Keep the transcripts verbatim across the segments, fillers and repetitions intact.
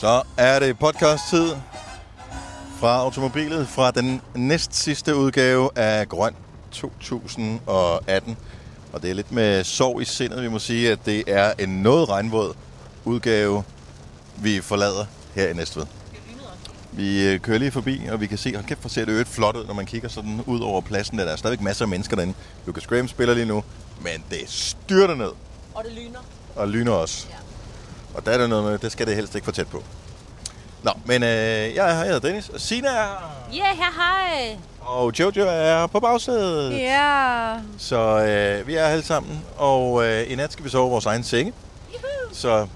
Så er det podcast-tid fra Automobilet, fra den næst sidste udgave af Grøn to tusind atten. Og det er lidt med sorg i sindet, vi må sige, at det er en noget regnvåd udgave, vi forlader her i Næstved. Vi kører lige forbi, og vi kan se, hold kæft, hvor ser det øvrigt flot ud, når man kigger sådan ud over pladsen. Der er stadigvæk masser af mennesker derinde. Lucas Graham spiller lige nu, men det styrter ned. Og det lyner. Og lyner også. Ja. Og der er der noget med, det skal det helst ikke få tæt på. Nå, men øh, jeg er her, jeg hedder Dennis, og Sina er her. Ja, yeah, her, hej. Og Jojo er på bagsædet. Ja. Yeah. Så øh, vi er alle sammen, og øh, i nat skal vi sove vores egen senge. Juhu. Så,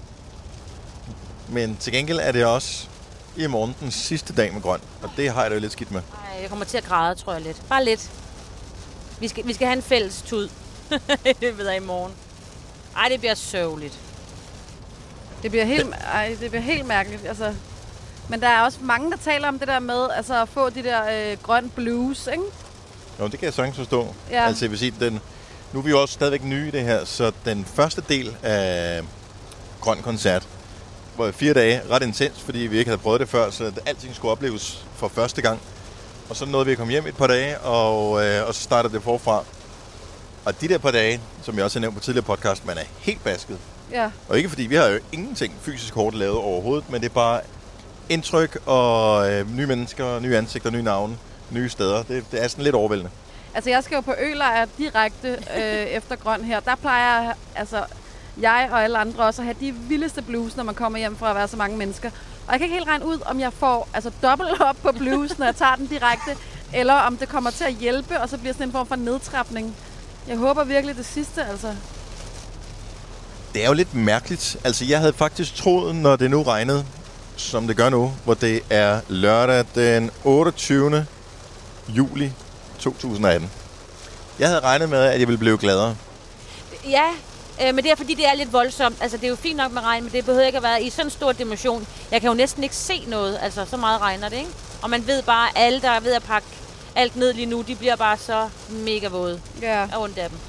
men til gengæld er det også i morgen den sidste dag med Grøn, og det har jeg da jo lidt skidt med. Ej, jeg kommer til at græde, tror jeg lidt. Bare lidt. Vi skal, vi skal have en fælles tud. Det ved jeg i morgen. Ej, det bliver sørgeligt. Det bliver helt, ej, det bliver helt mærkeligt, altså. Men der er også mange, der taler om det der med altså, at få de der øh, grøn blues, ikke? Jo, det kan jeg sagtens forstå. Ja. Altså, jeg vil sige, den, nu er vi jo også stadigvæk nye i det her, så den første del af Grøn Koncert var fire dage ret intens, fordi vi ikke havde prøvet det før, så alting skulle opleves for første gang. Og så nåede vi at komme hjem et par dage, og, øh, og så startede det forfra. Og de der par dage, som jeg også har nævnt på tidligere podcast, man er helt basket. Ja. Og ikke fordi, vi har jo ingenting fysisk hårdt lavet overhovedet, men det er bare indtryk og øh, nye mennesker, nye ansigter, nye navne, nye steder. Det, det er sådan lidt overvældende. Altså, jeg skal jo på Ølejr direkte øh, efter Grøn her. Der plejer altså, jeg og alle andre også at have de vildeste blues, når man kommer hjem fra at være så mange mennesker. Og jeg kan ikke helt regne ud, om jeg får altså, dobbelt op på blues, når jeg tager den direkte, eller om det kommer til at hjælpe, og så bliver sådan en form for nedtrapning. Jeg håber virkelig det sidste, altså. Det er jo lidt mærkeligt. Altså, jeg havde faktisk troet, når det nu regnede, som det gør nu, hvor det er lørdag den otteogtyvende juli to tusind atten. Jeg havde regnet med, at jeg ville blive gladere. Ja, øh, men det er fordi, det er lidt voldsomt. Altså, det er jo fint nok med regn, men det behøver ikke at være i sådan en stor dimension. Jeg kan jo næsten ikke se noget. Altså, så meget regner det, ikke? Og man ved bare, at alle, der er ved at pakke alt ned lige nu, de bliver bare så mega våde. Ja. Og ondt af dem.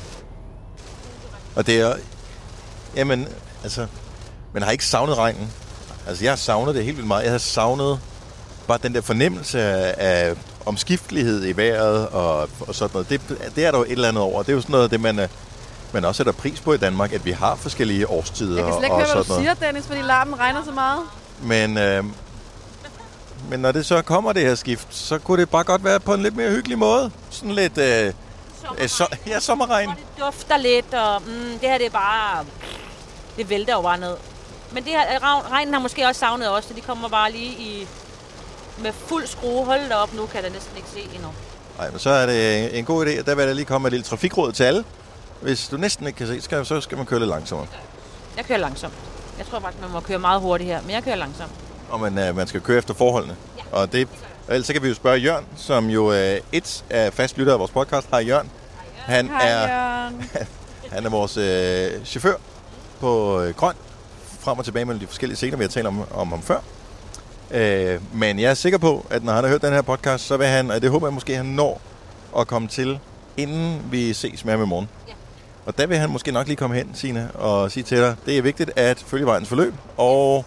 Og det er... Jamen, altså... Man har ikke savnet regnen. Altså, jeg har savnet det helt vildt meget. Jeg har savnet bare den der fornemmelse af, af omskiftelighed i vejret og, og sådan noget. Det, det er der jo et eller andet over. Det er jo sådan noget, det man, man også sætter pris på i Danmark, at vi har forskellige årstider. Jeg kan slet ikke og høre, hvad sådan du noget. siger, Dennis, fordi larmen regner så meget. Men, øh, men når det så kommer, det her skift, så kunne det bare godt være på en lidt mere hyggelig måde. Sådan lidt... Øh, Sommerregn. så, ja, sommerregn. Og det dufter lidt, og mm, det her det er bare... Det vælter jo bare ned. Men det her, regnen har måske også savnet os, så de kommer bare lige i med fuld skrue. Hold da op, nu kan jeg da næsten ikke se endnu. Nej, men så er det en god idé, at der vil der lige komme et lille trafikråd til alle. Hvis du næsten ikke kan se, skal, så skal man køre lidt langsommere. Jeg kører langsomt. Jeg tror faktisk, man må køre meget hurtigt her, men jeg kører langsomt. Og man, uh, man skal køre efter forholdene. Ja. Og det, og ellers så kan vi jo spørge Jørgen, som jo uh, et af fast lytter af vores podcast. Hej Jørgen. Han Hej, er, Jørgen. han er vores uh, chauffør på uh, Grøn. Frem og tilbage mellem de forskellige scener, vi har talt om, om ham før. Øh, men jeg er sikker på, at når han har hørt den her podcast, så vil han, og det håber jeg måske, han når at komme til, inden vi ses med ham i morgen. Ja. Og der vil han måske nok lige komme hen, Signe, og sige til dig, det er vigtigt at følge vejens forløb, og...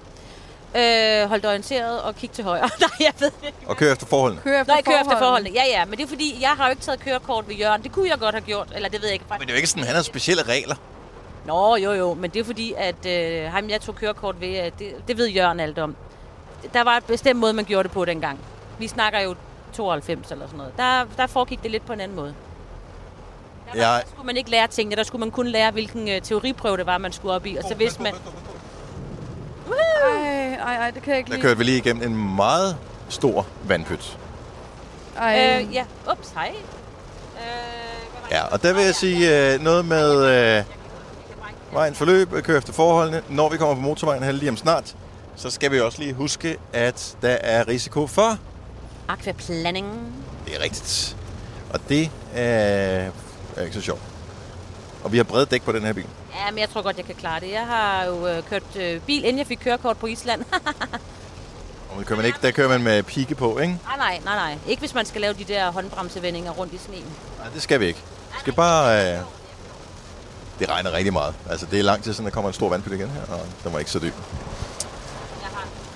Øh, hold dig orienteret og kig til højre. Nej, jeg ved ikke. Og køre efter forholdene. Kør efter Nej, kør efter forholdene. forholdene. Ja, ja, men det er fordi, jeg har jo ikke taget kørekort ved Jørgen. Det kunne jeg godt have gjort, eller det ved jeg ikke. Men det er jo ikke sådan, han har specielle regler. Nå, jo, jo, men det er fordi, at øh, ham jeg tog kørekort ved, at det, det ved Jørgen alt om. Der var en bestemt måde, man gjorde det på dengang. Vi snakker jo tooghalvfems eller sådan noget. Der, der foregik det lidt på en anden måde. Der, var, Jeg... der skulle man ikke lære tingene, der skulle man kun lære, hvilken øh, teoriprøve det var, man skulle op i. Og så vidste man... Ej, ej, ej, det kan jeg ikke Der lide. kørte vi lige igennem en meget stor vandpyt. Ej. Øh, ja, ups, hej. Øh, Ja, og der vil jeg sige øh, noget med øh, vejen forløb, køre efter forholdene. Når vi kommer på motorvejen her lige om snart, så skal vi også lige huske, at der er risiko for... aquaplaning. Det er rigtigt. Og det er, er ikke så sjovt. Og vi har brede dæk på den her bil. Ja, men jeg tror godt, jeg kan klare det. Jeg har jo øh, kørt øh, bil, inden jeg fik kørekort på Island. Og der kører man, ikke, der kører man med pigge på, ikke? nej, nej, nej, nej. Ikke hvis man skal lave de der håndbremsevendinger rundt i sneen. Nej, det skal vi ikke. Vi skal bare... Øh, det regner rigtig meget. Altså, det er lang tid siden, der kommer en stor vandpyt igen her, og den var ikke så dyb. Jeg har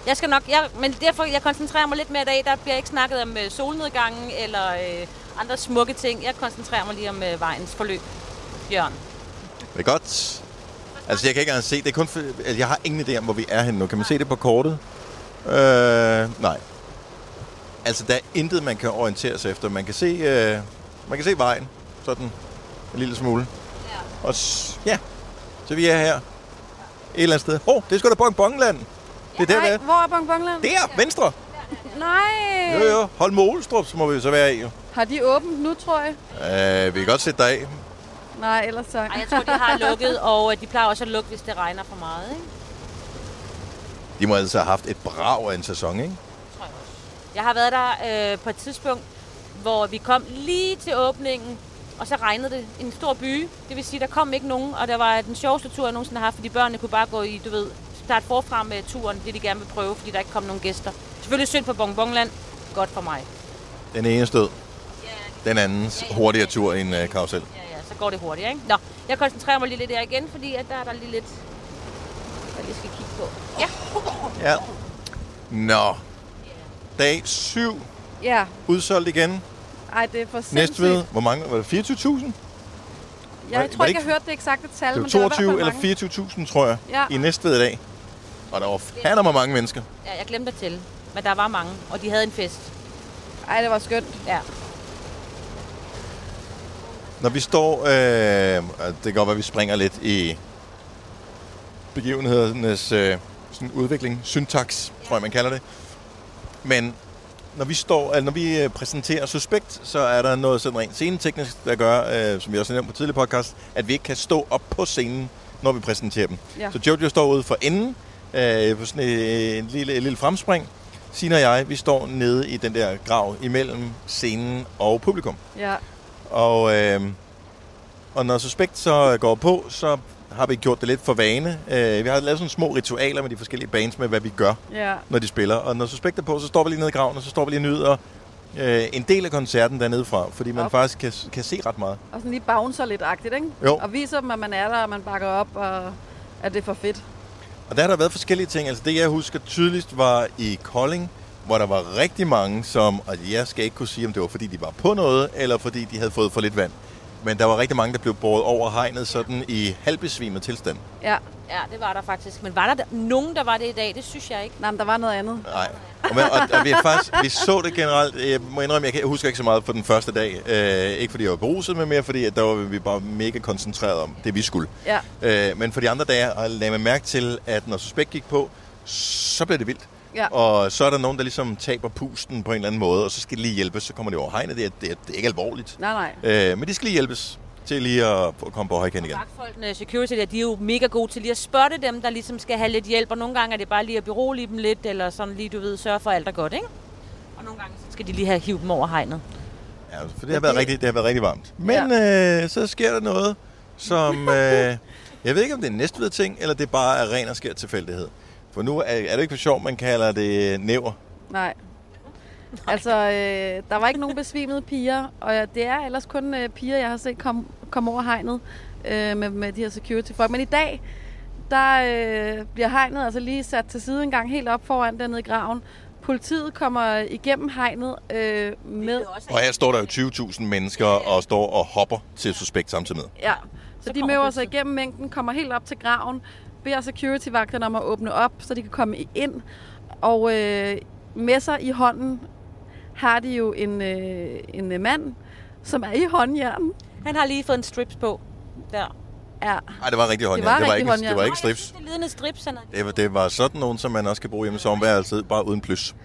Jeg skal nok, jeg, men derfor jeg koncentrerer mig lidt mere i dag. Der bliver ikke snakket om øh, solnedgangen eller øh, andre smukke ting. Jeg koncentrerer mig lige om øh, vejens forløb. Jørgen. Det er godt. Altså, jeg kan ikke engang se. Det er kun for, altså, jeg har ingen idé om, hvor vi er henne nu. Kan man se det på kortet? Øh, nej. Altså, der er intet, man kan orientere sig efter. Man kan se, øh, man kan se vejen. Sådan en lille smule. Ja. Og s- ja, så vi er her. Et eller andet sted. Åh, oh, det er sgu da Bonbonland. Det er der, Nej, der. hvor er Bonbonland? Der, venstre. Nej. Jo, jo. Holme Olstrup, så må vi så være i. Jo. Har de åbent nu, tror jeg? Øh, vi kan godt sætte dig af. Nej, ellers tak. Ej, jeg tror, de har lukket, og øh, de plejer også at lukke, hvis det regner for meget, ikke? De må altså have haft et brag af en sæson, ikke? Tror jeg også. Jeg har været der øh, på et tidspunkt, hvor vi kom lige til åbningen, og så regnede det en stor by. Det vil sige, der kom ikke nogen, og der var den sjoveste tur, jeg nogensinde har haft, fordi børnene kunne bare gå i, du ved, starte forfra med turen, det de gerne vil prøve, fordi der ikke kom nogen gæster. Selvfølgelig synd på Bonbonland. Godt for mig. Den ene stød. Den andens hurtigere tur i en uh, karusel. Ja, ja, så går det hurtigt, ikke? Nå, jeg koncentrerer mig lige lidt der igen, fordi at der er der lige lidt, jeg lige skal kigge på. Ja. Ja. Nå. Dag syv. Ja. Udsolgt igen. Ej, det er for sindssygt. Næstved. Hvor mange? Var det fireogtyve tusind? Jeg Var- tror var det ikke, ikke- jeg hørte det eksakte tal, Det men var det var i hvert toogtyve fald eller mange. fireogtyve tusind, tror jeg, Ja. i Næstved i dag. Og der var fandme mange mennesker. Ja, jeg glemte at tælle, men der var mange, og de havde en fest. Ej, det var skønt. Ja. Når vi står... Øh, det kan godt være, at vi springer lidt i begivenhedernes øh, sådan udvikling. Syntaks, tror jeg, man kalder det. Men når vi står, altså når vi øh, præsenterer Suspekt, så er der noget sådan rent sceneteknisk, der gør, øh, som vi også har nævnt på tidligere podcast, at vi ikke kan stå op på scenen, når vi præsenterer dem. Ja. Så Jojo står ude for enden, øh, på sådan en, en, lille, en lille fremspring. Signe og jeg, vi står nede i den der grav imellem scenen og publikum. Ja. Og, øh, og når Suspekt så går på, så har vi gjort det lidt for vane. Øh, vi har lavet sådan små ritualer med de forskellige bands med, hvad vi gør, Ja. når de spiller. Og når Suspekt er på, så står vi lige nede i graven, og så står vi lige og nyder øh, en del af koncerten dernede fra, fordi man Op. faktisk kan, kan se ret meget. Og sådan lige bouncer lidt-agtigt, ikke? Jo. Og viser dem, at man er der, og man bakker op, og at det er for fedt. Og der har der været forskellige ting. Altså det, jeg husker tydeligst, var i Kolding, hvor der var rigtig mange, som, og jeg skal ikke kunne sige, om det var fordi, de var på noget, eller fordi de havde fået for lidt vand. Men der var rigtig mange, der blev båret over hegnet sådan i halvbesvimet tilstand. Ja. Ja, det var der faktisk. Men var der da- nogen, der var det i dag? Det synes jeg ikke. Nej, men der var noget andet. Nej. Og, og, og vi, er faktisk, vi så det generelt. Jeg må indrømme, jeg, kan, jeg husker ikke så meget på den første dag. Øh, ikke fordi jeg var beruset, men mere fordi, at der var vi bare mega koncentreret om det, vi skulle. Ja. Øh, men for de andre dage lagde man mærke til, at når Suspekt gik på, så blev det vildt. Ja. Og så er der nogen, der ligesom taber pusten på en eller anden måde, og så skal de lige hjælpes. Så kommer det over hegnet. Det er, det er, det er ikke alvorligt. Nej, nej. Øh, men de skal lige hjælpes til lige at at komme på højkant igen. Vagtfolkene, security, der, de er jo mega gode til lige at spotte dem, der ligesom skal have lidt hjælp. Og nogle gange er det bare lige at berolige dem lidt, eller sådan lige, du ved, sørge for, at alt er godt, ikke? Og nogle gange så skal de lige have hivet dem over hegnet. Ja, for det har været, rigtig, det har været rigtig varmt. Men ja. øh, så sker der noget, som... Øh, jeg ved ikke, om det er en Næstved ting, eller det er bare er ren og skær tilfældighed. For nu er, er det ikke for sjovt, man kalder det næver. Nej. Altså, øh, der var ikke nogen besvimede piger, og det er ellers kun øh, piger, jeg har set komme kom over hegnet øh, med, med de her security-folk. Men i dag, der øh, bliver hegnet altså lige sat til side en gang helt op foran dernede i graven. Politiet kommer igennem hegnet øh, med... Og her står der jo tyve tusind mennesker og står og hopper til Suspekt samtidig med. Ja, så, Så de kommer møver sig politiet. igennem mængden, kommer helt op til graven, beder security-vagterne om at åbne op, så de kan komme ind. Og øh, med sig i hånden har de jo en, øh, en øh, mand, som er i håndjern. Han har lige fået en strips på. Der. Ja, Nej, det var rigtig håndjern. var Det var, rigtig ikke, håndjern. det var ikke Nå, jeg strips. synes, det er lidende strips, han har. Det var, det var sådan nogen, som man også kan bruge hjemme i sommerværelset, bare uden plus.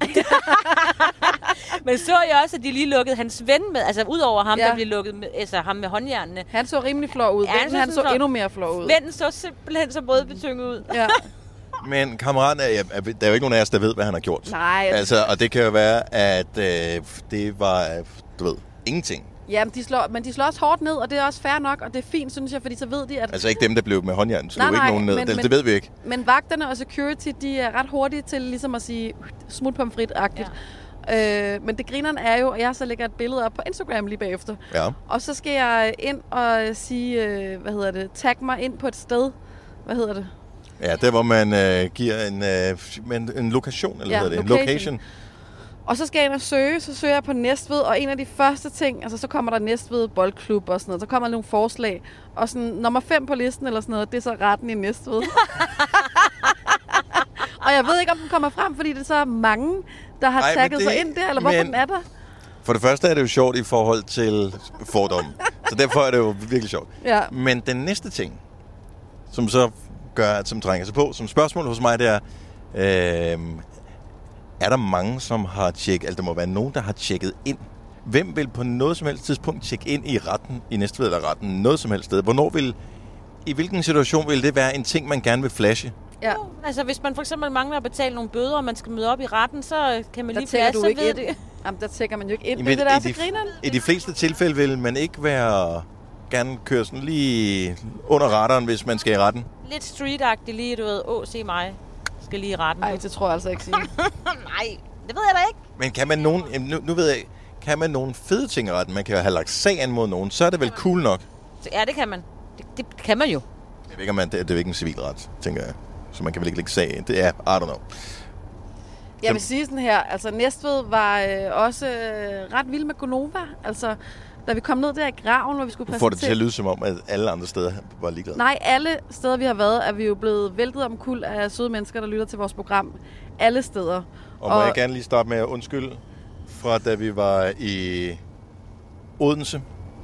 Men så jeg også, at de lige lukkede hans ven med, altså ud over ham, Ja. der blev lukket med, altså ham med håndjernene. han så rimelig flår ud. Ja, han Vennen, så han så sådan flår- endnu mere flår ud. Vennen så simpelthen så brødbetynget ud. Ja. Men kammeraten, er, der er jo ikke nogen af os, der ved, hvad han har gjort. Nej, Altså, og det kan jo være, at øh, det var, øh, du ved, ingenting. jamen, de slår, men de slår også hårdt ned, og det er også fair nok, og det er fint, synes jeg, fordi så ved de, at... Altså ikke dem, der blev med håndjern. Slog Nej, ikke nej, nogen ned. men- det, men- det ved vi ikke. Men vagterne og security, de er ret hurtige til ligesom at sige smut pomfrit-agtigt. Ja. Øh, men det grinerne er jo, og jeg så lægger et billede op på Instagram lige bagefter. Ja. Og så skal jeg ind og sige, øh, hvad hedder det, tag mig ind på et sted. Hvad hedder det? Ja, der hvor man øh, giver en, øh, en, en lokation, eller Ja, hvad det, en location. location. Og så skal jeg ind og søge, så søger jeg på Næstved, og en af de første ting, altså så kommer der Næstved Boldklub og sådan noget, så kommer der nogle forslag, og sådan nummer fem på listen eller sådan noget, det er så retten i Næstved. Og jeg ved ikke, om den kommer frem, fordi det er så mange, der har Ej, tagget det- sig ind der, eller hvorfor men- den er der. For det første er det jo sjovt i forhold til fordomme. Så derfor er det jo virkelig sjovt. Ja. Men den næste ting, som så gør, at som trænger sig på, som spørgsmål hos mig, det er, øh, er der mange, som har tjekket, altså der må være nogen, der har tjekket ind. Hvem vil på noget som helst tidspunkt tjekke ind i retten, i Næstved eller retten, noget som helst sted? Hvornår vil, i hvilken situation vil det være en ting, man gerne vil flashe? Ja. Jo, altså hvis man for eksempel mangler at betale nogle bøder, og man skal møde op i retten, så kan man Der lige tæller flash, du så ikke ved ind. det. Jamen, der tjekker man jo ikke ind. Jamen, det er det, der er i, så de, grineren. I de fleste tilfælde vil man ikke være gerne køre sådan lige under radaren, hvis man skal i retten. Lidt street-agtigt lige, du ved, åh, se mig, skal lige i retten. Nej, det tror jeg altså ikke sige. Nej, det ved jeg da ikke. Men kan man nogen, jamen, nu, nu ved jeg, kan man nogle fede ting i retten? Man kan jo have lagt sag an mod nogen, så er det vel cool nok. Så, ja, det kan man. Det, det kan man jo. Jeg ved ikke, om man, det, det er jo ikke en civilret, tænker jeg. Så man kan vel ikke lægge sag. Det er, I don't know. Jeg vil sige sådan her, altså Næstved var øh, også øh, ret vild med Gonova. Altså, da vi kom ned der i graven, hvor vi skulle Du præsentere... får det til at lyde som om, at alle andre steder var ligeglade. Nej, alle steder, vi har været, er vi jo blevet væltet omkuld af søde mennesker, der lytter til vores program. Alle steder. Og må og... jeg gerne lige starte med at undskylde fra da vi var i Odense.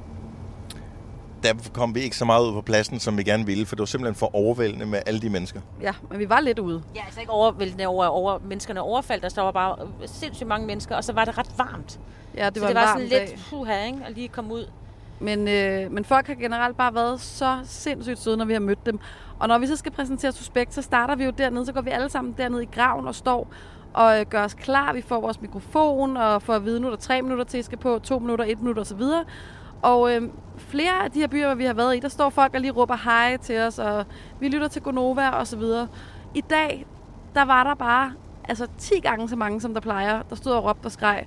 Der kom vi ikke så meget ud på pladsen, som vi gerne ville, for det var simpelthen for overvældende med alle de mennesker. Ja, men vi var lidt ude. Ja, altså ikke overvældende over, over menneskerne overfaldt os. Der var bare sindssygt mange mennesker, og så var det ret varmt. Ja, det så var, det en var varm sådan dag. lidt puha, ikke? At lige komme ud. Men, øh, men folk har generelt bare været så sindssygt søde, når vi har mødt dem. Og når vi så skal præsentere Suspekt, så starter vi jo dernede, så går vi alle sammen dernede i graven og står og øh, gør os klar. Vi får vores mikrofon og får at vide, nu er der tre minutter til, skal på, to minutter, et minut osv. Og øh, flere af de her byer, hvor vi har været i, der står folk og lige råber hej til os, og vi lytter til Gonova og så videre. I dag, der var der bare altså ti gange så mange, som der plejer, der stod og råbte og skreg.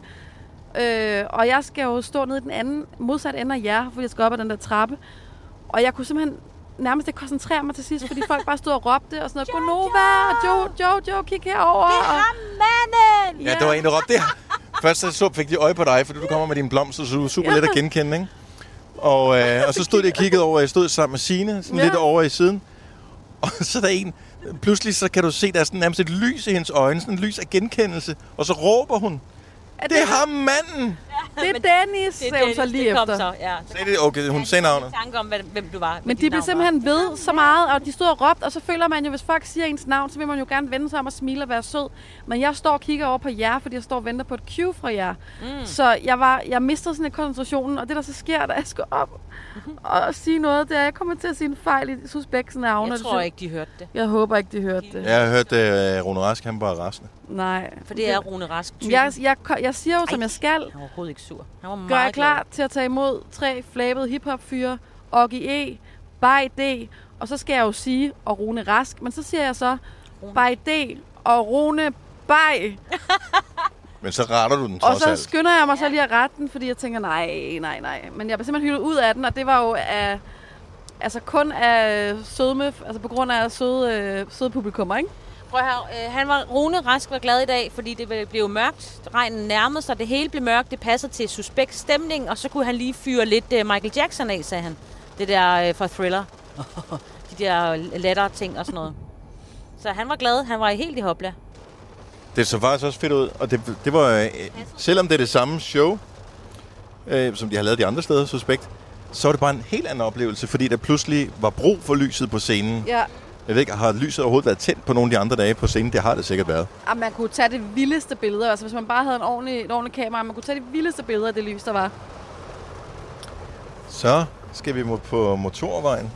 Øh, og jeg skal jo stå nede i den anden, modsat ende af jer, fordi jeg skal op ad den der trappe. Og jeg kunne simpelthen nærmest ikke koncentrere mig til sidst, fordi folk bare stod og råbte og sådan noget, Gonova, og Joe, Joe, Joe, kig herover. Det er ham, manden! Ja, der var en, der råbte der. Først så fik de øje på dig, fordi du kommer med dine blomster, så du er super let at genkende, ikke? Og, øh, og så stod de og kiggede over, jeg stod sammen med Signe, sådan ja. lidt over i siden. Og så er der en, pludselig så kan du se, der er sådan nærmest et lys i hendes øjne, sådan et lys af genkendelse. Og så råber hun, Er det er ham manden! Det er Dennis, sagde hun så lige det kom efter. så, ja. Sagde det? Okay, hun sagde navnet. Tanke om, hvem du var. Men de blev simpelthen ved så meget, og de stod og råbte, og så føler man jo, hvis folk siger ens navn, så vil man jo gerne vende sig om og smile og være sød. Men jeg står og kigger over på jer, fordi jeg står og venter på et cue fra jer. Mm. Så jeg, var, jeg mistede sådan lidt koncentrationen, og det der så sker, da jeg skal op og sige noget, det er, at jeg kommer til at sige en fejl i Suspekts navn. Jeg tror ikke, de hørte det. Jeg håber ikke, de hørte det. Jeg har hørt, at uh, Rune Rask, han var rasende. Nej. For det er Rune Rask typen. Jeg, jeg, jeg siger jo, som Ej, jeg skal. Han var overhovedet ikke sur. Han var meget Gør jeg klar glad. til at tage imod tre flabede hiphop-fyre, Oggy E, Bay D, og så skal jeg jo sige, og Rune Rask, men så siger jeg så, Bay D og Rune Bay. Men så retter du den Og trods så alt. skynder jeg mig så lige at rette den, fordi jeg tænker, nej, nej, nej. Men jeg blev simpelthen hyldet ud af den, og det var jo af, altså kun af sødme, altså på grund af søde, øh, søde publikummer, ikke? Prøv her, øh, han var, Rune Rask var glad i dag, fordi det blev mørkt. Regnen nærmede sig, det hele blev mørkt. Det passer til Suspekt stemning, og så kunne han lige fyre lidt øh, Michael Jackson af, sagde han. Det der øh, for Thriller. De der lettere ting og sådan noget. Så han var glad. Han var helt i hopla. Det så faktisk også fedt ud, og det, det var, øh, selvom det er det samme show, øh, som de har lavet de andre steder, Suspekt, så var det bare en helt anden oplevelse, fordi der pludselig var brug for lyset på scenen. Ja. Jeg ved ikke, har lyset overhovedet været tændt på nogle af de andre dage på scenen? Det har det sikkert været. Og man kunne tage det vildeste billeder, altså hvis man bare havde en ordentlig, et ordentligt kamera, man kunne tage de vildeste billeder af det lys, der var. Så skal vi på motorvejen.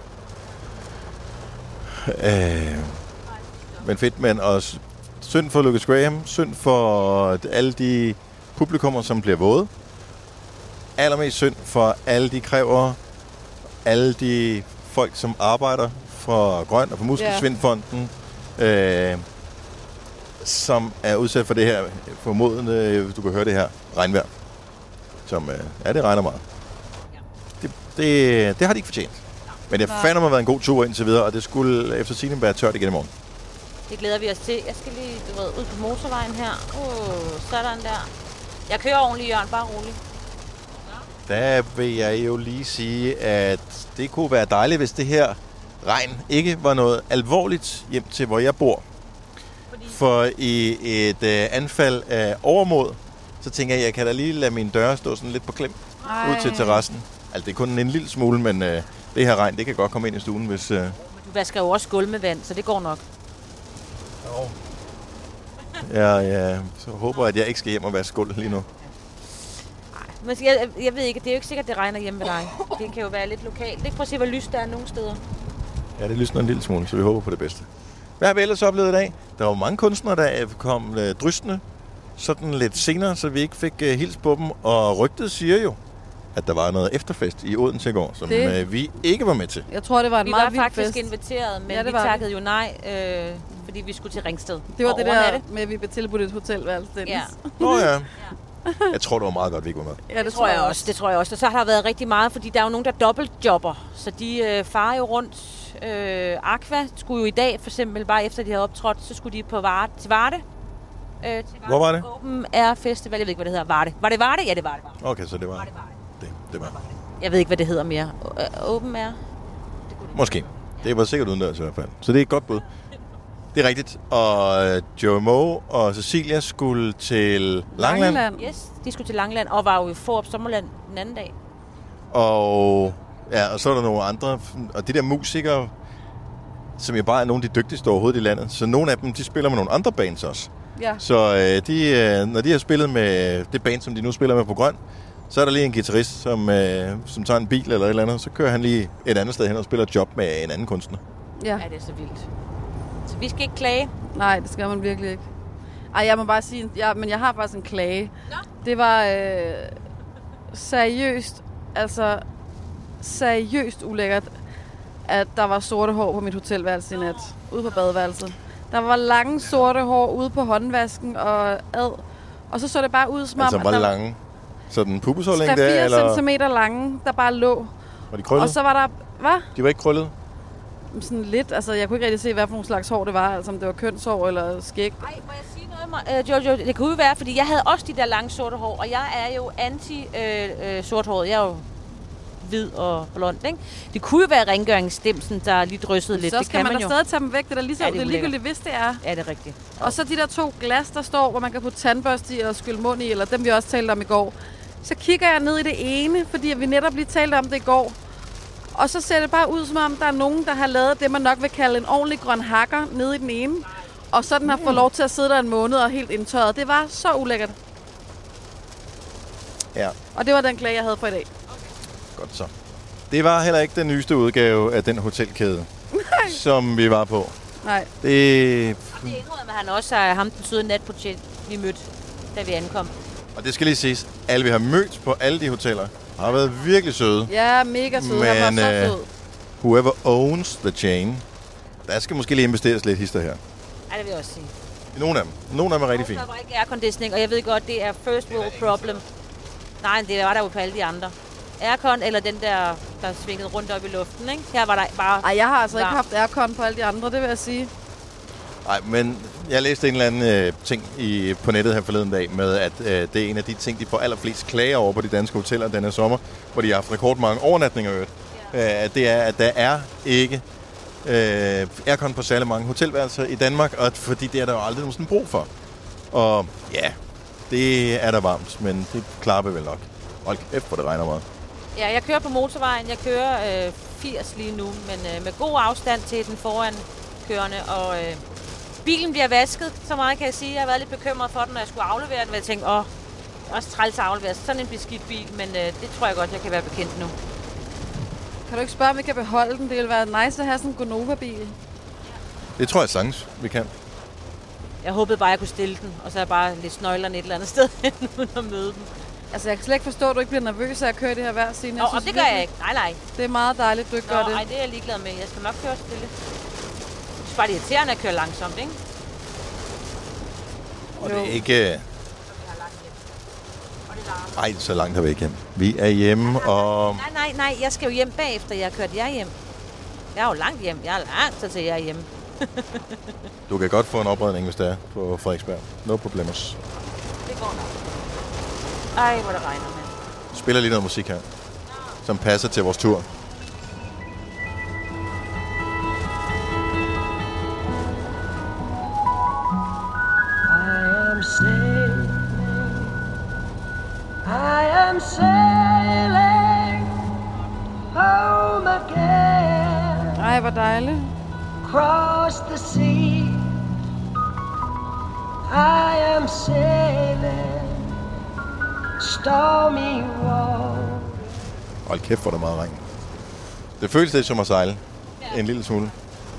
Øh, men fedt, men også synd for Lucas Graham, synd for alle de publikummer, som bliver våde. Allermest synd for alle de krævere, alle de folk, som arbejder for Grøn og for Muskelsvindfonden, yeah. øh, som er udsat for det her formodende, du kan høre det her, regnvejr. Som, øh, ja, det regner meget. Ja. Det, det, det har de ikke fortjent. Men det har fandme været en god tur indtil videre, og det skulle efter sigende være tørt igen i morgen. Det glæder vi os til. Jeg skal lige, du ved, ud på motorvejen her. Uh, sådan der. Jeg kører ordentligt, Jørgen. Bare roligt. Der vil jeg jo lige sige, at det kunne være dejligt, hvis det her regn ikke var noget alvorligt hjem til, hvor jeg bor. Fordi... For i et øh, anfald af overmod, så tænker jeg, at jeg kan da lige lade mine døre stå sådan lidt på klem Ej. ud til terrassen. Altså, det er kun en lille smule, men øh, det her regn, det kan godt komme ind i stuen, hvis... Øh... Du vasker jo også gulv med vand, så det går nok. Jo. Ja, ja, så håber jeg, at jeg ikke skal hjem og vaske gulv lige nu. Men jeg, jeg ved ikke, det er jo ikke sikkert, at det regner hjemme ved dig. Det kan jo være lidt lokalt. Ikke? Prøv at se, hvor lyst der er nogle steder. Ja, det lysner en lille smule, så vi håber på det bedste. Hvad har vi ellers oplevet i dag? Der var mange kunstnere, der kom øh, drystende sådan lidt senere, så vi ikke fik øh, hils på dem. Og rygtet siger jo, at der var noget efterfest i Odense i går, som øh, vi ikke var med til. Jeg tror, det var en vi meget vild fest. Vi var faktisk inviteret, men ja, vi takkede jo nej, øh, fordi vi skulle til Ringsted. Det var og det der med, at vi blev tilbudt et hotelværelse, Dennis. Ja. Åh oh, ja. Jeg tror, det var meget godt, vi ikke var med. Ja, det, det tror jeg også. også. Det tror jeg også. Og så har der været rigtig meget, fordi der er jo nogen, der dobbeltjobber. Så de øh, farer jo rundt. Øh, Aqua skulle jo i dag, for eksempel, bare efter de havde optrådt, så skulle de på Varde, til Varde. Øh, til Varde. Hvor var det? Open Air Festival. Jeg ved ikke, hvad det hedder. Varde. Var det Varde? Ja, det var det. Var. Okay, så det var, var det. Det, det var. Jeg ved ikke, hvad det hedder mere. Uh, open Air? Måske. Det var sikkert udendørs i hvert fald. Så det er et godt bud. Det er rigtigt. Og Joey Moe og Cecilia skulle til Langeland. Langeland. Yes, de skulle til Langeland og var jo i Fårup Sommerland den anden dag. Og, ja, og så er der nogle andre. Og de der musikere, som jo bare er nogle af de dygtigste overhovedet i landet. Så nogle af dem, de spiller med nogle andre bands også. Ja. Så øh, de, øh, når de har spillet med det band, som de nu spiller med på Grøn, så er der lige en guitarist, som, øh, som tager en bil eller et eller andet. Så kører han lige et andet sted hen og spiller job med en anden kunstner. Ja, ja det er så vildt. Så vi skal ikke klage? Nej, det skal man virkelig ikke. Ej, jeg må bare sige, ja, men jeg har faktisk en klage. Nå? Det var øh, seriøst, altså seriøst ulækkert, at der var sorte hår på mit hotelværelse i nat, ude på badeværelset. Der var lange sorte hår ude på håndvasken og ad, og så så det bare ud som om... Altså, hvor lange? Sådan pubeshårlængde der, eller? tre til fire centimeter lange, der bare lå. Var de krøllet? Og så var der... Hvad? De var ikke krøllet? Sådan lidt, altså jeg kunne ikke rigtig se, hvad for nogle slags hår det var, altså om det var kønshår eller skæg. Ej, må jeg sige noget, uh, Jojo? Det kunne jo være, fordi jeg havde også de der lange sorte hår, og jeg er jo anti-sorthåret. Øh, øh, jeg er jo hvid og blond, ikke? Det kunne jo være rengøringsstemsen, der lige dryssede lidt. Så det skal kan man, man da jo. stadig tage dem væk, det er, ligesom, ja, det er, det er ligegyldigt, hvis det er. Ja, det er rigtigt. Og så de der to glas, der står, hvor man kan putte tandbørste i og skylle mund i, eller dem vi også talte om i går. Så kigger jeg ned i det ene, fordi vi netop lige talte om det i går. Og så ser det bare ud, som om der er nogen, der har lavet det, man nok vil kalde en ordentlig grøn hakker nede i den ene. Og så den har fået lov til at sidde der en måned og helt indtørret. Det var så ulækkert. Ja. Og det var den klage, jeg havde for i dag. Godt så. Det var heller ikke den nyeste udgave af den hotelkæde, Nej. som vi var på. Nej. Det... Det indrømmer med, han også er ham, den søde natportier, vi mødte, da vi ankom. Og det skal lige siges, alle vi har mødt på alle de hoteller, har været virkelig søde. Ja, mega søde. Men, han var så sød. Uh, whoever owns the chain, der skal måske lige investeres lidt hister her. Ja, det vil jeg også sige. Nogle af dem. Nogle af dem er rigtig fine. Der var ikke airconditioning, og jeg ved godt, det er first world problem. Nej, det var der jo på alle de andre. Aircon eller den der, der svingede rundt op i luften, ikke? Her var der bare... Ej, jeg har altså varm. ikke haft aircon på alle de andre, det vil jeg sige. Nej, men jeg læste en eller anden øh, ting i, på nettet her forleden dag med, at øh, det er en af de ting, de får allerflest klager over på de danske hoteller denne sommer, hvor de har haft rekordmange overnatninger øvrigt. Ja. Øh, det er, at der er ikke øh, aircon på særlig mange hotelværelser i Danmark, og fordi det er der jo aldrig nogen sådan brug for. Og ja, det er der varmt, men det klarer vi vel nok. Hold kæft, hvor det regner meget. Ja, jeg kører på motorvejen. Jeg kører øh, firs lige nu, men øh, med god afstand til den foran kørende, og øh, bilen bliver vasket, så meget kan jeg sige. Jeg har været lidt bekymret for den, når jeg skulle aflevere den, og jeg tænkte, åh, også træls at aflevere sådan en beskidt bil, men øh, det tror jeg godt, jeg kan være bekendt nu. Kan du ikke spørge, om vi kan beholde den? Det ville være nice at have sådan en Gonova-bil. Det tror jeg sagtens, vi kan. Jeg håbede bare, jeg kunne stille den, og så er jeg bare lidt snøjlerne et eller andet sted, uden at møde dem. Altså, jeg kan slet ikke forstå, at du ikke bliver nervøs af at køre det her hver scene. Nå, og det gør jeg ikke. Nej, nej. Det er meget dejligt, du ikke Nå, gør det. Nej, det er jeg ligeglad med. Jeg skal nok køre stille. Det er bare det irriterende at køre langsomt, ikke? Og det er ikke... Ej, så langt har vi ikke hjem. Vi er hjemme, og... Nej, nej, nej. Jeg skal jo hjem bagefter, jeg har kørt jer hjem. Jeg er jo langt hjem. Jeg er langt, så til jeg er hjemme. Du kan godt få en opredning, hvis det er på Frederiksberg. No problemers. Det går nok. Ej, hvor det regner, mand. Spiller lige noget musik her, som passer til vores tur. Sailing, I am sailing home again. Ej, hvor dejligt. Across the sea, I am sailing stormy water. Hold kæft, hvor der meget regn. Det føles lidt som at sejle. Ja. En lille smule.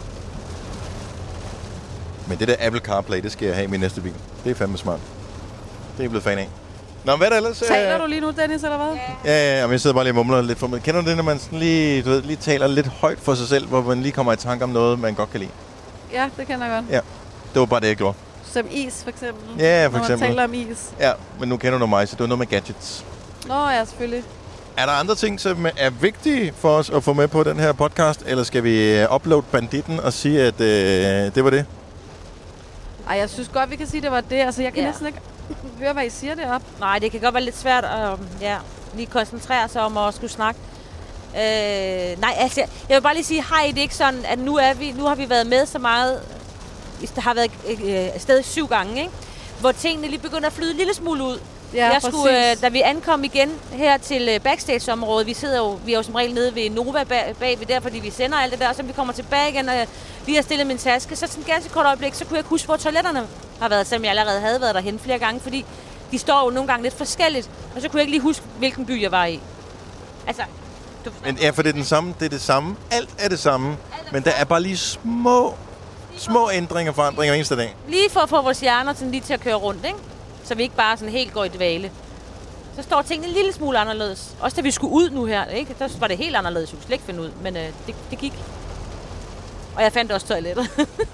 Men det der Apple CarPlay, det skal jeg have i min næste bil. Det er fandme smart. Det er jeg blevet fan af. Nå, hvad er der ellers? Taler du lige nu, Dennis, eller hvad? Ja, ja, ja, men jeg sidder bare lige og mumler lidt for mig. Kender du det, når man sådan lige, du ved, lige taler lidt højt for sig selv, hvor man lige kommer i tanke om noget, man godt kan lide? Ja, det kender jeg godt. Ja, det var bare det, jeg gjorde. Som is, for eksempel. Ja, for når eksempel. man taler om is. Ja, men nu kender du mig, så det var noget med gadgets. Nå ja, selvfølgelig. Er der andre ting, som er vigtige for os at få med på den her podcast, eller skal vi uploade banditten og sige, at øh, det var det? Ej, jeg synes godt, vi kan sige, det var det. Altså, jeg kan Ja. næsten ikke høre, hvad I siger deroppe. Nej, det kan godt være lidt svært at ja, lige koncentrere sig om at skulle snakke. Øh, nej, altså, jeg vil bare lige sige, hej, det er ikke sådan, at nu, er vi, nu har vi været med så meget, der har været øh, afsted syv gange, ikke? Hvor tingene lige begynder at flyde en lille smule ud. Ja, jeg skulle, øh, da vi ankom igen her til øh, backstage-området, vi sidder jo, vi er jo som regel nede ved Nova bag, bagved der, fordi vi sender alt det der, og så vi kommer tilbage igen, og jeg lige har stillet min taske, så sådan et ganske kort øjeblik, så kunne jeg ikke huske, hvor toiletterne har været, selvom jeg allerede havde været derhen flere gange, fordi de står jo nogle gange lidt forskelligt, og så kunne jeg ikke lige huske, hvilken by jeg var i. Altså, du Men ja, for det er, den samme, det er det samme. Alt er det samme, men der er bare lige små, små ændringer og forandringer eneste dag. lige for at få vores hjerner sådan lige til at køre rundt, ikke? Så vi ikke bare sådan helt går i dvale. Så står tingene en lille smule anderledes. Også da vi skulle ud nu her, ikke? Der var det helt anderledes. Vi kunne slet ikke finde ud, men øh, det, det gik. Og jeg fandt også toilettet.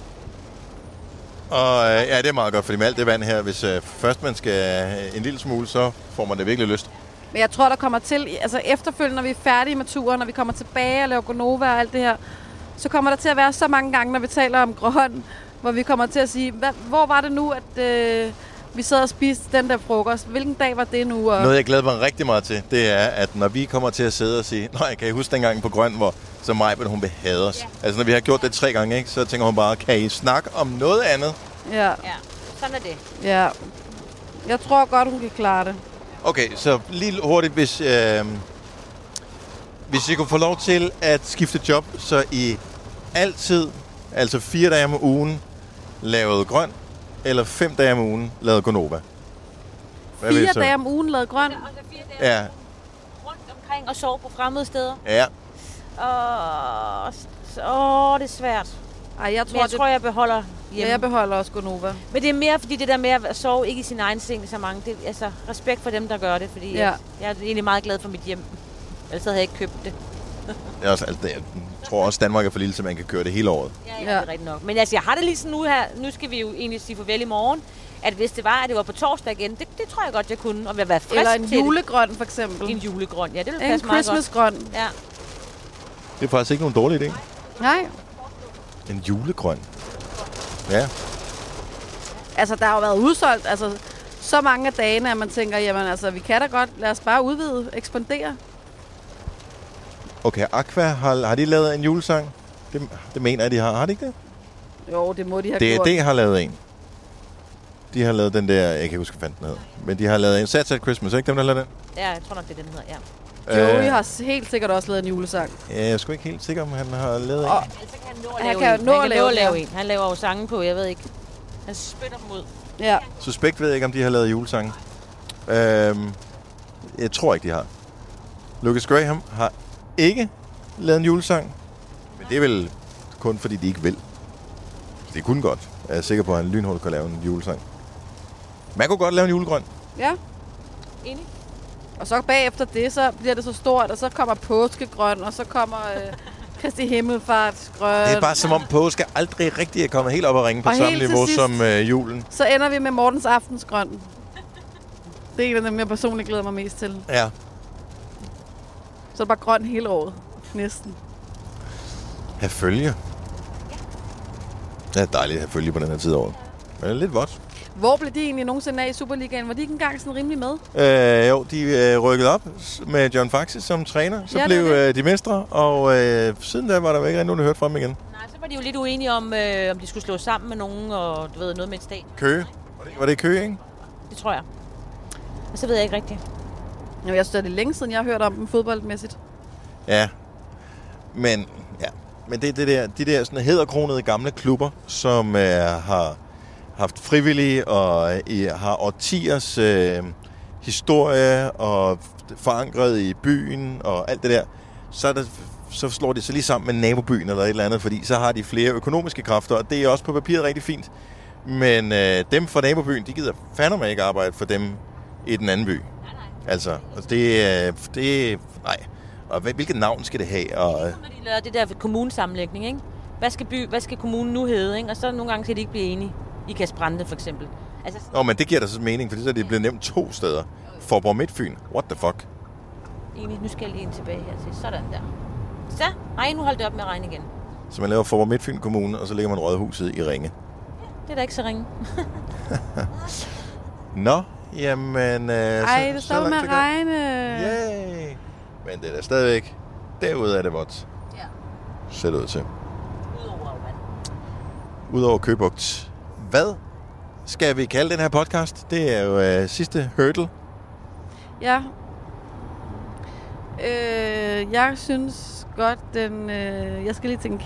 Og øh, ja, det er meget godt, fordi med alt det vand her, hvis øh, først man skal øh, en lille smule, så får man det virkelig lyst. Men jeg tror, der kommer til, altså efterfølgende, når vi er færdige med turen, når vi kommer tilbage og laver Gonova og alt det her, så kommer der til at være så mange gange, når vi taler om Grøn, hvor vi kommer til at sige, hvad, hvor var det nu, at øh, vi sad og spiste den der frokost? Hvilken dag var det nu? Og... Noget, jeg glæder mig rigtig meget til, det er, at når vi kommer til at sidde og sige, nej, kan I huske dengang på Grøn, hvor så Majbert, hun vil hade os. Ja. Altså, når vi har gjort det tre gange, ikke, så tænker hun bare, kan I snakke om noget andet? Ja. Ja, sådan er det. Ja. Jeg tror godt, hun kan klare det. Okay, så lige hurtigt, hvis, øh, hvis I kunne få lov til at skifte job, så I altid, altså fire dage om ugen, lavede Grøn, eller fem dage om ugen, lavede Gonova. Hvad vil I Fire så? dage om ugen lavet Grøn. Og så fire dage Ja, rundt omkring og sove på fremmede steder. ja. Og så, åh, det er svært. Ej, jeg Men tror, jeg det... tror, jeg beholder Ja, hjemme. jeg beholder også Gonova. Men det er mere fordi det der med at sove ikke i sin egen seng så mange. Det, altså, respekt for dem, der gør det, fordi Ja. jeg, jeg er egentlig meget glad for mit hjem. Ellers havde jeg ikke købt det. Jeg, er også, altså, jeg tror også, Danmark er for lille, så man kan køre det hele året. Ja, ja, Ja. det er rigtigt nok. Men altså, jeg har det lige sådan nu her. Nu skal vi jo egentlig sige farvel i morgen. At hvis det var, at det var på torsdag igen, det, det tror jeg godt, jeg kunne. Og være frisk Eller en til julegrøn, for eksempel. det. En julegrøn. Ja, det ville En passe meget godt. Christmas-grøn. Ja. Det er faktisk ikke nogen dårlig idé. Nej. En julegrøn. Ja. Altså, der har jo været udsolgt. Altså, så mange af dagene, at man tænker, jamen altså, vi kan da godt. Lad os bare udvide, ekspandere. Okay, Aqua, har, har de lavet en julesang? Det, det mener jeg, de har. Har de ikke det? Jo, det må de have D gjort. og D har lavet en. De har lavet den der, jeg kan ikke huske, hvad fanden den hedder. Men de har lavet en Sad Sad Christmas, ikke dem, der har lavet den? Ja, jeg tror nok, det er den hedder, ja. Joey Øh, har helt sikkert også lavet en julesang. Ja, jeg er sgu ikke helt sikker, om han har lavet Og, en. Altså, kan han nå Han at lave kan en. nå han at kan lave nå at den, lave ja. en. Han laver jo sange på, jeg ved ikke. Han spytter dem ud. ja. Suspekt ved jeg ikke, om de har lavet julesange. Øhm, jeg tror ikke, de har. Lucas Graham har ikke lavet en julesang. Men det er vel kun, fordi de ikke vil. Det kunne godt. Jeg er sikker på, at han lynhurtigt kan lave en julesang. Man kunne godt lave en julegrøn. Ja. Enig? Og så bagefter det, så bliver det så stort, og så kommer påskegrøn, og så kommer øh, Kristi Himmelfartsgrøn. Det er bare som om påske aldrig rigtig er kommet helt op at ringe på Og samme helt til niveau sidst- som øh, julen. Så ender vi med Mortens aftensgrøn. Det er en af dem, jeg personligt glæder mig mest til. Ja. Så er det bare grøn hele året. Næsten. Have følge. Det er dejligt at følge på den her tid af året. Men det er lidt vådt. Hvor blev de egentlig nogensinde af i Superligaen? Var de ikke engang sådan rimelig med? Øh, jo, de øh, rykkede op med John Faxi som træner. Så Ja, blev det er øh, de mestre, og øh, siden da var der jo ikke rigtig nogen, der hørte fra dem igen. Nej, så var de jo lidt uenige om, øh, om de skulle slå sammen med nogen, og du ved, noget med et stat. Køge. Var det, var det Køge, ikke? Det tror jeg. Og så ved jeg ikke rigtigt. Jo, jeg synes, det er længe siden, jeg har hørt om dem fodboldmæssigt. Ja. Men, ja. Men det er det der, de der sådan hæderkronede gamle klubber, som øh, har haft frivillige og øh, har årtiers øh, historie og forankret i byen og alt det der. Så, er der, så slår de sig lige sammen med nabobyen eller et eller andet, fordi så har de flere økonomiske kræfter, og det er også på papiret rigtig fint. Men øh, dem fra nabobyen, de gider fandme ikke arbejde for dem i den anden by. Nej, nej. Altså, og det er... Det, nej. Og hvilket navn skal det have? Og, Når de laver det der kommunesammenlægning, ikke? Hvad skal, by, hvad skal kommunen nu hedde, ikke? Og så nogle gange skal de ikke blive enige. I Kasprande for eksempel. Altså, Nå, men det giver da så mening, fordi så er det blevet nævnt to steder. Forborg Midtfyn. What the fuck? egentlig, nu skal jeg lige ind tilbage her til. Sådan der. Så, nej, nu holdt det op med at regne igen. Så man laver Forborg Midtfyn Kommune, og så lægger man Rådhuset i Ringe. Det er da ikke så ringe. Nå, jamen... Øh, Ej, så, det så står langt med det at går. regne. Yay! Men det er da stadigvæk... Derude er det vådt. Ja. Ser det ud til. Udover vand. Udover Købugt. Hvad skal vi kalde den her podcast? Det er jo øh, sidste hurdle. Ja. Øh, jeg synes godt, den... Øh, jeg skal lige tænke.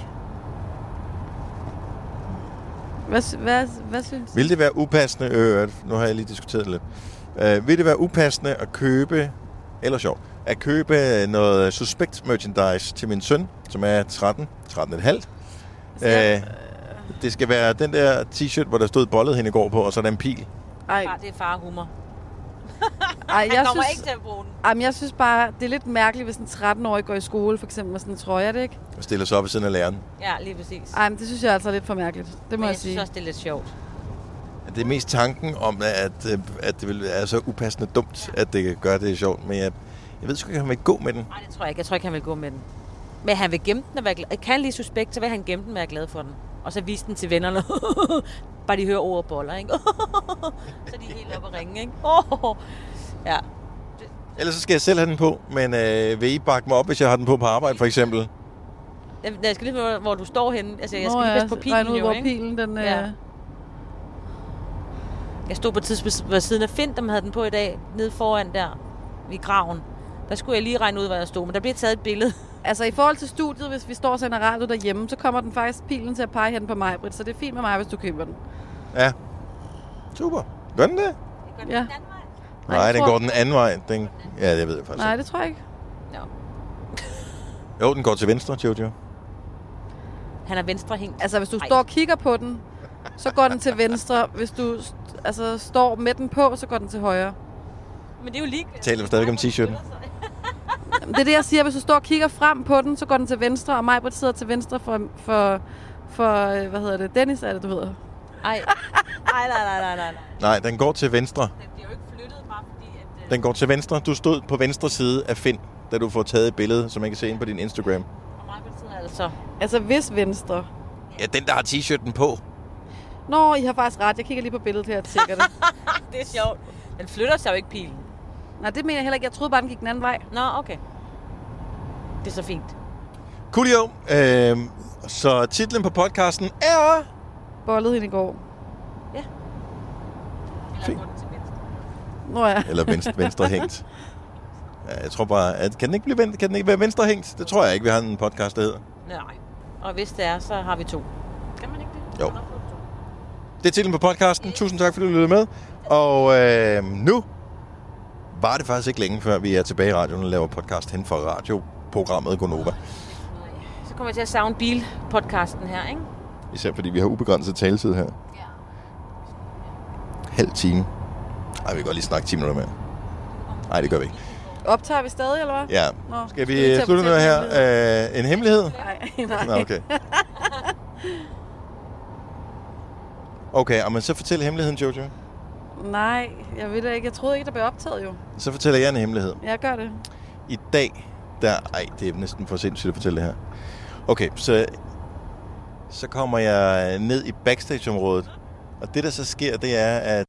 Hvad, hvad, hvad synes Vil det være upassende... Øh, nu har jeg lige diskuteret det lidt. Øh, vil det være upassende at købe... Eller sjovt. At købe noget suspekt merchandise til min søn, som er tretten, tretten komma fem. jeg? Øh, det skal være den der t-shirt, hvor der stod bollet hende i går på, og så er der en pil. Ej, Far, det er farhumor. ej, Han jeg kommer synes, ikke til at bruge den. ej, men jeg synes bare, det er lidt mærkeligt, hvis en tretten-årig går i skole, for eksempel med sådan en trøje, er det ikke? Og stiller sig op ved siden af læreren. Ja, lige præcis. Ej, men det synes jeg altså er lidt for mærkeligt. Det må Men jeg, jeg synes sige. også, det er lidt sjovt. Det er mest tanken om, at, øh, at det vil være så upassende dumt, at det gør det sjovt. Men jeg, jeg ved sgu ikke, om han vil gå med den. Nej, det tror jeg ikke. Jeg tror ikke, han vil gå med den. Men han vil gemme den og være glad. Kan han lige suspekt, så vil han gemme den og være glad for den. Og så vise den til vennerne. Bare de hører ordet boller, ikke? Så er de helt oppe at ringe, ikke? Ja. Ellers så skal jeg selv have den på, men øh, vil I bakke mig op, hvis jeg har den på på arbejde, for eksempel? Jeg, jeg skal lige hvor, hvor du står henne. Altså, jeg skal Nå, lige ja, passe på pilen, regne ud, jo, hvor ikke? pilen den... Ja. Øh... Jeg stod på et tidspunkt ved siden af Finn, der havde den på i dag, nede foran der, ved graven. Der skulle jeg lige regne ud, hvor jeg stod, men der bliver taget et billede. Altså i forhold til studiet, hvis vi står og sender radio derhjemme, så kommer den faktisk pilen til at pege hen på mig, Britt. Så det er fint med mig, hvis du køber den. Ja. Super. Gør den det? Ja. Nej, Nej, jeg den tror- går den anden vej. Den... Ja, det ved jeg faktisk Nej, ikke. det tror jeg ikke. no. Jo, den går til venstre, Jojo. Han er venstre hængt. Altså hvis du Ej. står og kigger på den, så går den til venstre. Hvis du st- altså, står med den på, så går den til højre. Men det er jo lige... Taler vi stadig om t-shirten? Det er det, jeg siger. Hvis du står og kigger frem på den, så går den til venstre, og mig sidder til venstre for, for, for øh, hvad hedder det, Dennis er det, du hedder. Ej. Nej, nej, nej, nej, nej. Nej, den går til venstre. Den bliver jo ikke flyttet, bare fordi at... Den går til venstre. Du stod på venstre side af Finn, da du får taget et billede, som man kan se ind på din Instagram. Og mig sidder altså... Altså hvis venstre. Ja, den, der har t-shirten på. Nå, I har faktisk ret. Jeg kigger lige på billedet her og tjekker det. Det er sjovt. Den flytter sig jo ikke, pilen. Nej, det mener jeg heller ikke. Jeg troede bare, den gik den anden vej. Nå, okay. Det er så fint. Coolio. Øh, så titlen på podcasten er... Bollet hende i går. Eller Fint. går den til venstre. Nå ja. Eller venstre, venstre hængt. Ja, jeg tror bare, at kan den ikke blive ven- kan den ikke være venstre hængt? Det tror jeg ikke, vi har en podcast, der hedder. Nej. Og hvis det er, så har vi to. Kan man ikke det? Jo. Man har fået to. Det er titlen på podcasten. Tusind tak, fordi du lyttede med. Og øh, nu var det faktisk ikke længe, før vi er tilbage i radioen og laver podcast hen for radioprogrammet Gonova. Så kommer jeg til at savne bilpodcasten her, ikke? Især fordi vi har ubegrænset taletid her. Ja. Halv time. Ej, vi kan godt lige snakke ti minutter mere. Nej, det gør vi ikke. Optager vi stadig, eller hvad? Ja. Nå, Skal til vi at slutte nu fortælle her? Øh, en hemmelighed? Nej, nej. Nå, okay. Okay, men så fortæl hemmeligheden, Jojo. Nej, jeg ved det ikke. Jeg troede ikke, der blev optaget jo. Så fortæller jeg en hemmelighed. Jeg gør det. I dag, der... Ej, det er næsten for sindssygt at fortælle det her. Okay, så så kommer jeg ned i backstageområdet. Og det, der så sker, det er, at